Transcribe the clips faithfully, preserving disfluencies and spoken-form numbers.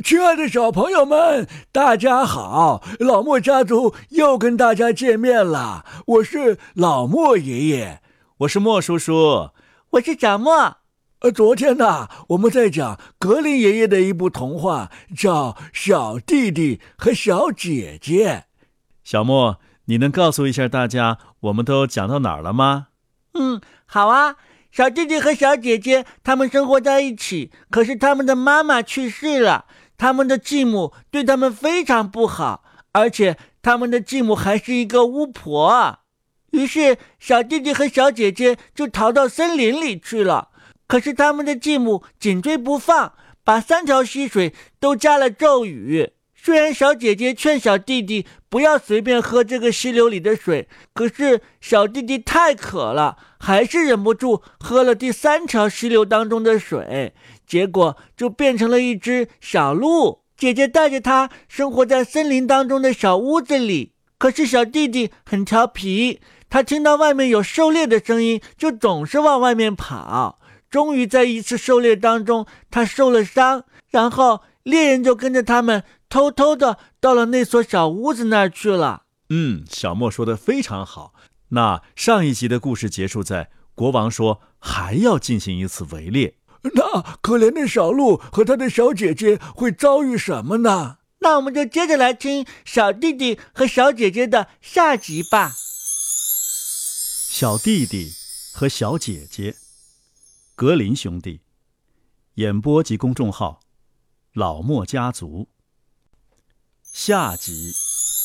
亲爱的小朋友们，大家好！老莫家族又跟大家见面了。我是老莫爷爷， 我是莫叔叔， 我是小莫。 呃，昨天呢、啊，我们在讲格林爷爷的一部童话，叫《小弟弟和小姐姐》。 小莫，你能告诉一下大家，我们都讲到哪儿了吗？ 嗯，好啊。小弟弟和小姐姐他们生活在一起，可是他们的妈妈去世了，他们的继母对他们非常不好，而且他们的继母还是一个巫婆。于是小弟弟和小姐姐就逃到森林里去了，可是他们的继母紧追不放，把三条溪水都加了咒语。虽然小姐姐劝小弟弟不要随便喝这个溪流里的水，可是小弟弟太渴了，还是忍不住喝了第三条溪流当中的水，结果就变成了一只小鹿。姐姐带着他生活在森林当中的小屋子里，可是小弟弟很调皮，他听到外面有狩猎的声音，就总是往外面跑。终于在一次狩猎当中，他受了伤，然后猎人就跟着他们偷偷的到了那所小屋子那儿去了。 嗯，小莫说的非常好。那上一集的故事结束在国王说还要进行一次围猎， 那可怜的小鹿和他的小姐姐会遭遇什么呢？ 那我们就接着来听小弟弟和小姐姐的下集吧。 小弟弟和小姐姐，格林兄弟，演播及公众号老莫家族。下集。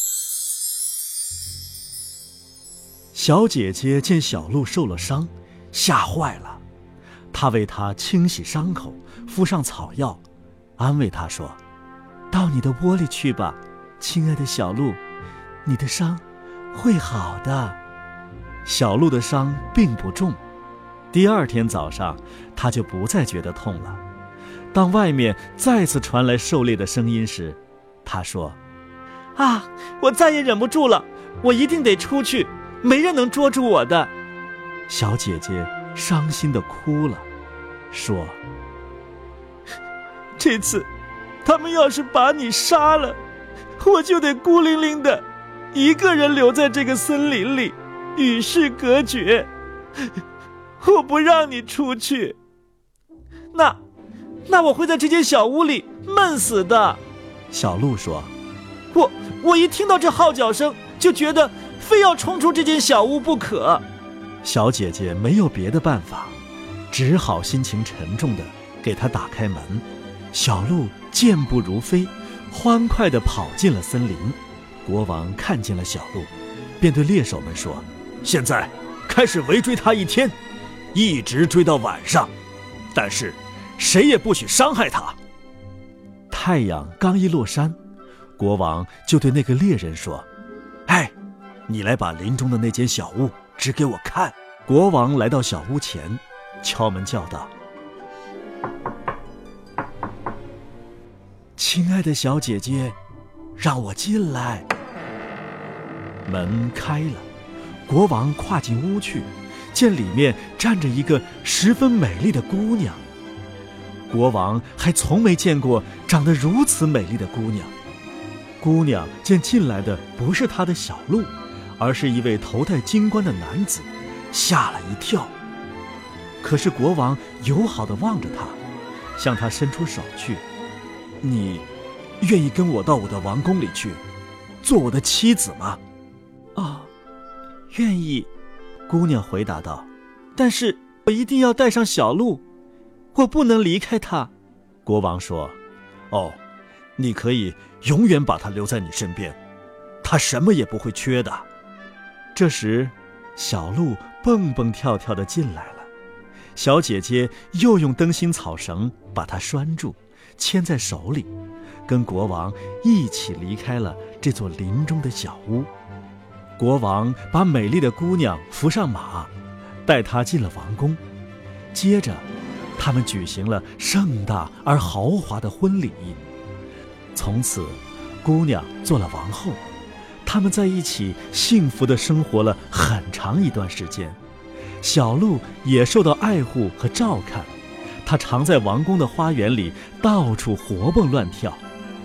小姐姐见小鹿受了伤，吓坏了，她为他清洗伤口，敷上草药，安慰他说：到你的窝里去吧，亲爱的小鹿，你的伤会好的。小鹿的伤并不重，第二天早上他就不再觉得痛了。当外面再次传来狩猎的声音时，他说：啊，我再也忍不住了，我一定得出去，没人能捉住我的。小姐姐伤心地哭了，说：这次他们要是把你杀了，我就得孤零零的一个人留在这个森林里，与世隔绝，我不让你出去，那那我会在这间小屋里闷死的。小鹿说：我我一听到这号角声，就觉得非要冲出这间小屋不可。小姐姐没有别的办法，只好心情沉重地给他打开门。小鹿健步如飞，欢快地跑进了森林。国王看见了小鹿，便对猎手们说：现在开始围追他一天，一直追到晚上，但是谁也不许伤害他。太阳刚一落山，国王就对那个猎人说：哎，你来把林中的那间小屋指给我看。国王来到小屋前，敲门叫道：亲爱的小姐姐，让我进来。门开了，国王跨进屋去，见里面站着一个十分美丽的姑娘。国王还从没见过长得如此美丽的姑娘。姑娘见进来的不是她的小鹿，而是一位头戴金冠的男子，吓了一跳。可是国王友好地望着她，向她伸出手去：你愿意跟我到我的王宫里去，做我的妻子吗？哦，愿意，姑娘回答道。但是我一定要带上小鹿，我不能离开他。国王说：哦，你可以永远把他留在你身边，他什么也不会缺的。这时小鹿蹦蹦跳跳地进来了，小姐姐又用灯芯草绳把它拴住，牵在手里，跟国王一起离开了这座林中的小屋。国王把美丽的姑娘扶上马，带她进了王宫。接着他们举行了盛大而豪华的婚礼。从此姑娘做了王后，他们在一起幸福地生活了很长一段时间。小鹿也受到爱护和照看，它常在王宫的花园里到处活蹦乱跳。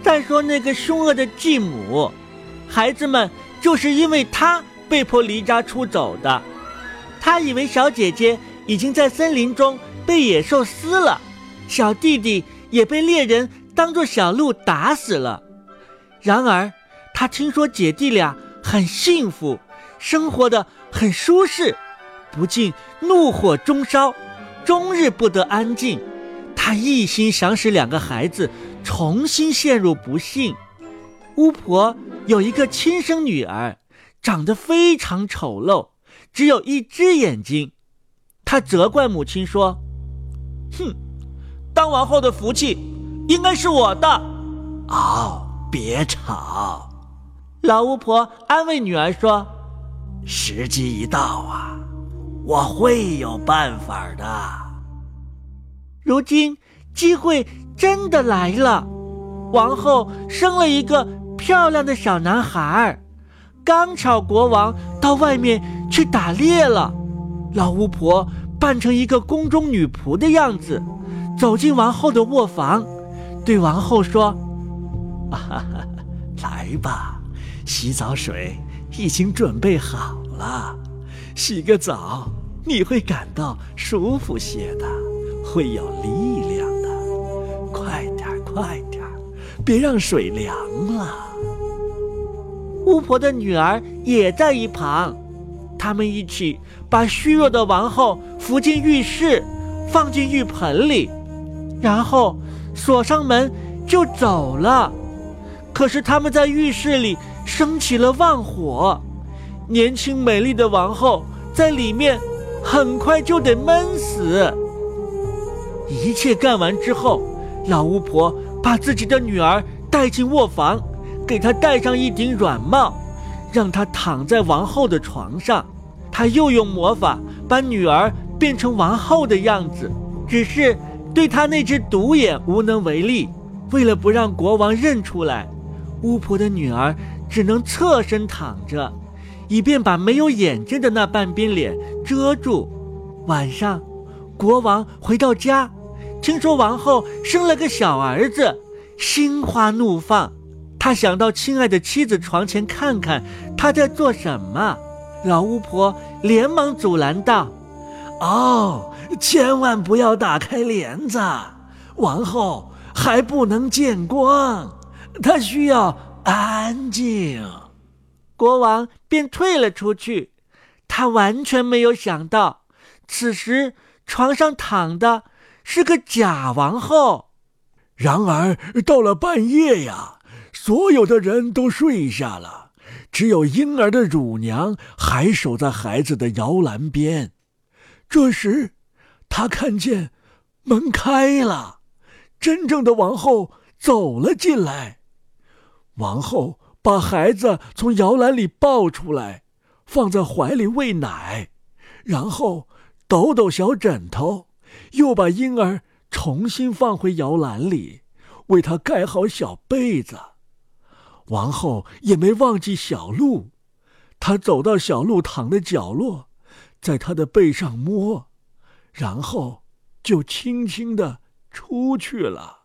再说那个凶恶的继母，孩子们就是因为她被迫离家出走的。她以为小姐姐已经在森林中被野兽撕了，小弟弟也被猎人当作小鹿打死了。然而她听说姐弟俩很幸福，生活得很舒适，不禁怒火中烧，终日不得安静。她一心想使两个孩子重新陷入不幸。巫婆有一个亲生女儿，长得非常丑陋，只有一只眼睛。她责怪母亲说：哼，当王后的福气应该是我的。 哦，别吵。 老巫婆安慰女儿说： 时机一到啊，我会有办法的。 如今机会真的来了，王后生了一个漂亮的小男孩。刚巧国王到外面去打猎了，老巫婆扮成一个宫中女仆的样子，走进王后的卧房，对王后说： 啊，来吧，洗澡水已经准备好了，洗个澡你会感到舒服些的，会有力量的。快点快点，别让水凉了。 巫婆的女儿也在一旁，他们一起把虚弱的王后扶进浴室，放进浴盆里，然后锁上门就走了。可是他们在浴室里升起了旺火，年轻美丽的王后在里面很快就得闷死。一切干完之后，老巫婆把自己的女儿带进卧房，给她戴上一顶软帽，让她躺在王后的床上。她又用魔法把女儿变成王后的样子，只是对她那只独眼无能为力。为了不让国王认出来，巫婆的女儿只能侧身躺着，以便把没有眼睛的那半边脸遮住。晚上，国王回到家，听说王后生了个小儿子，心花怒放。他想到亲爱的妻子床前看看她在做什么。老巫婆连忙阻拦道： 哦，千万不要打开帘子，王后还不能见光，她需要安静。 国王便退了出去。他完全没有想到，此时床上躺的是个假王后。 然而到了半夜呀，所有的人都睡下了，只有婴儿的乳娘还守在孩子的摇篮边。这时他看见门开了，真正的王后走了进来。王后把孩子从摇篮里抱出来，放在怀里喂奶，然后抖抖小枕头，又把婴儿重新放回摇篮里，为他盖好小被子。王后也没忘记小鹿，她走到小鹿躺的角落，在他的背上摸，然后就轻轻地出去了。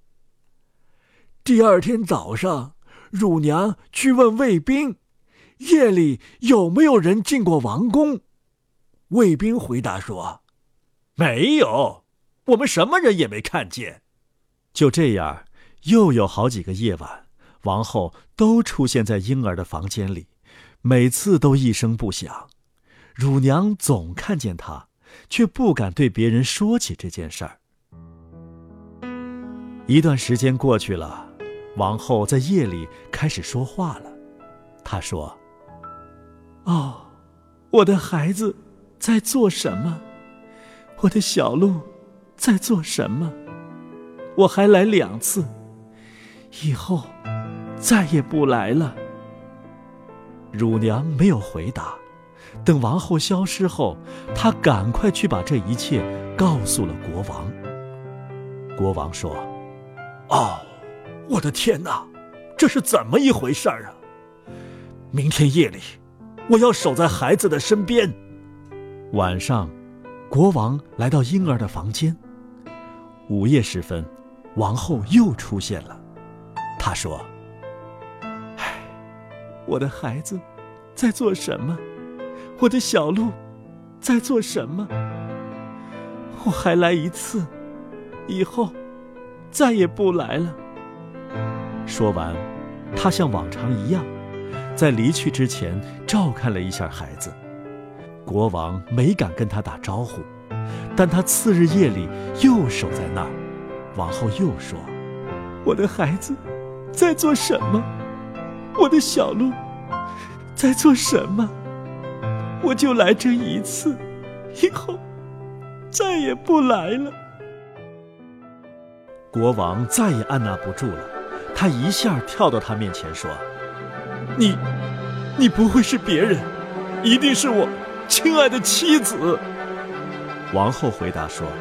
第二天早上，乳娘去问卫兵，夜里有没有人进过王宫。卫兵回答说：没有，我们什么人也没看见。 就这样，又有好几个夜晚，王后都出现在婴儿的房间里，每次都一声不响。乳娘总看见她，却不敢对别人说起这件事儿。一段时间过去了，王后在夜里开始说话了。她说：哦，我的孩子在做什么？我的小鹿在做什么？我还来两次，以后再也不来了。乳娘没有回答。等王后消失后，她赶快去把这一切告诉了国王。国王说： 哦，我的天哪，这是怎么一回事啊？明天夜里我要守在孩子的身边。 晚上，国王来到婴儿的房间。午夜时分，王后又出现了。 他说：唉，我的孩子在做什么？我的小鹿在做什么？我还来一次，以后再也不来了。说完，他像往常一样，在离去之前照看了一下孩子。国王没敢跟他打招呼，但他次日夜里又守在那儿。王后又说：我的孩子在做什么？我的小鹿在做什么？我就来这一次，以后再也不来了。国王再也按捺不住了，他一下跳到他面前说：你你不会是别人，一定是我亲爱的妻子。王后回答说：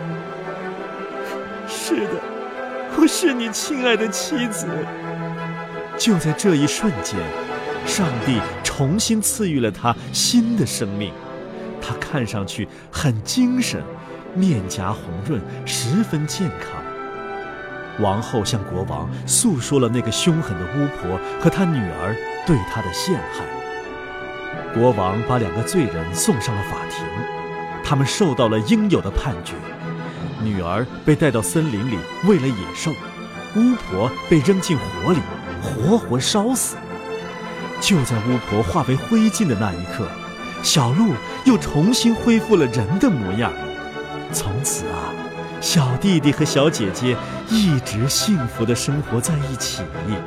是的，我是你亲爱的妻子。就在这一瞬间，上帝重新赐予了他新的生命。他看上去很精神，面颊红润，十分健康。王后向国王诉说了那个凶狠的巫婆和她女儿对他的陷害。国王把两个罪人送上了法庭，他们受到了应有的判决。女儿被带到森林里喂了野兽，巫婆被扔进火里，活活烧死。就在巫婆化为灰烬的那一刻，小鹿又重新恢复了人的模样。从此啊，小弟弟和小姐姐一直幸福地生活在一起。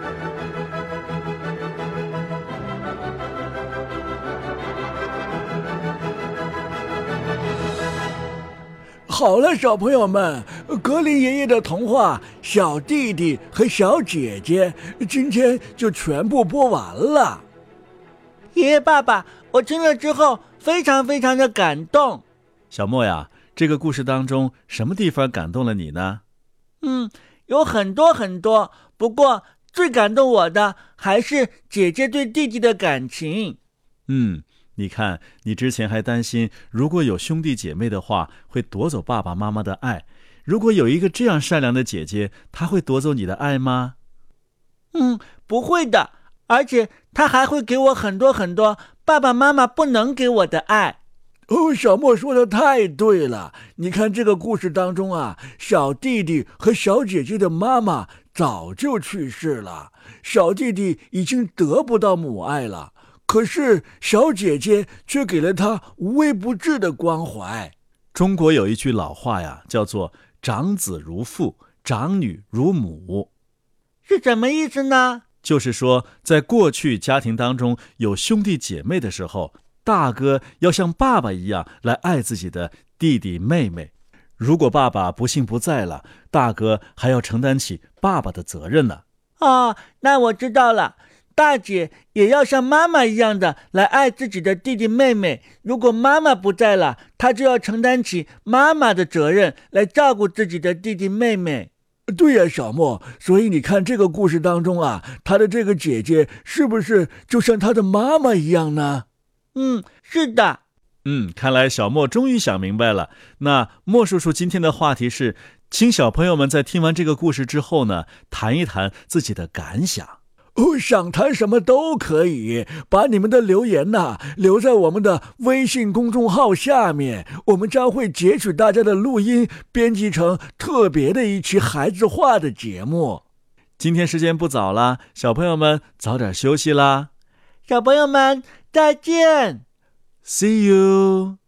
好了，小朋友们，格林爷爷的童话《小弟弟和小姐姐》今天就全部播完了。 爷爷爸爸，我听了之后非常非常的感动。 小莫呀，这个故事当中什么地方感动了你呢？ 嗯，有很多很多，不过最感动我的还是姐姐对弟弟的感情。 嗯，你看，你之前还担心如果有兄弟姐妹的话会夺走爸爸妈妈的爱，如果有一个这样善良的姐姐，她会夺走你的爱吗？ 嗯，不会的，而且她还会给我很多很多爸爸妈妈不能给我的爱。 哦，小莫说的太对了。你看这个故事当中啊，小弟弟和小姐姐的妈妈早就去世了，小弟弟已经得不到母爱了，可是小姐姐却给了他无微不至的关怀。 中国有一句老话呀，叫做长子如父，长女如母。 是什么意思呢？ 就是说，在过去家庭当中有兄弟姐妹的时候，大哥要像爸爸一样来爱自己的弟弟妹妹。如果爸爸不幸不在了，大哥还要承担起爸爸的责任呢。 哦，那我知道了。大姐也要像妈妈一样的来爱自己的弟弟妹妹。如果妈妈不在了，她就要承担起妈妈的责任，来照顾自己的弟弟妹妹。 对呀，小莫，所以你看这个故事当中啊，他的这个姐姐是不是就像他的妈妈一样呢？ 嗯，是的。 嗯，看来小莫终于想明白了。那莫叔叔今天的话题是，请小朋友们在听完这个故事之后呢，谈一谈自己的感想。 哦，想谈什么都可以，把你们的留言呐、啊、留在我们的微信公众号下面，我们将会截取大家的录音，编辑成特别的一期孩子话的节目。 今天时间不早了，小朋友们早点休息啦。 小朋友们再见。 See you。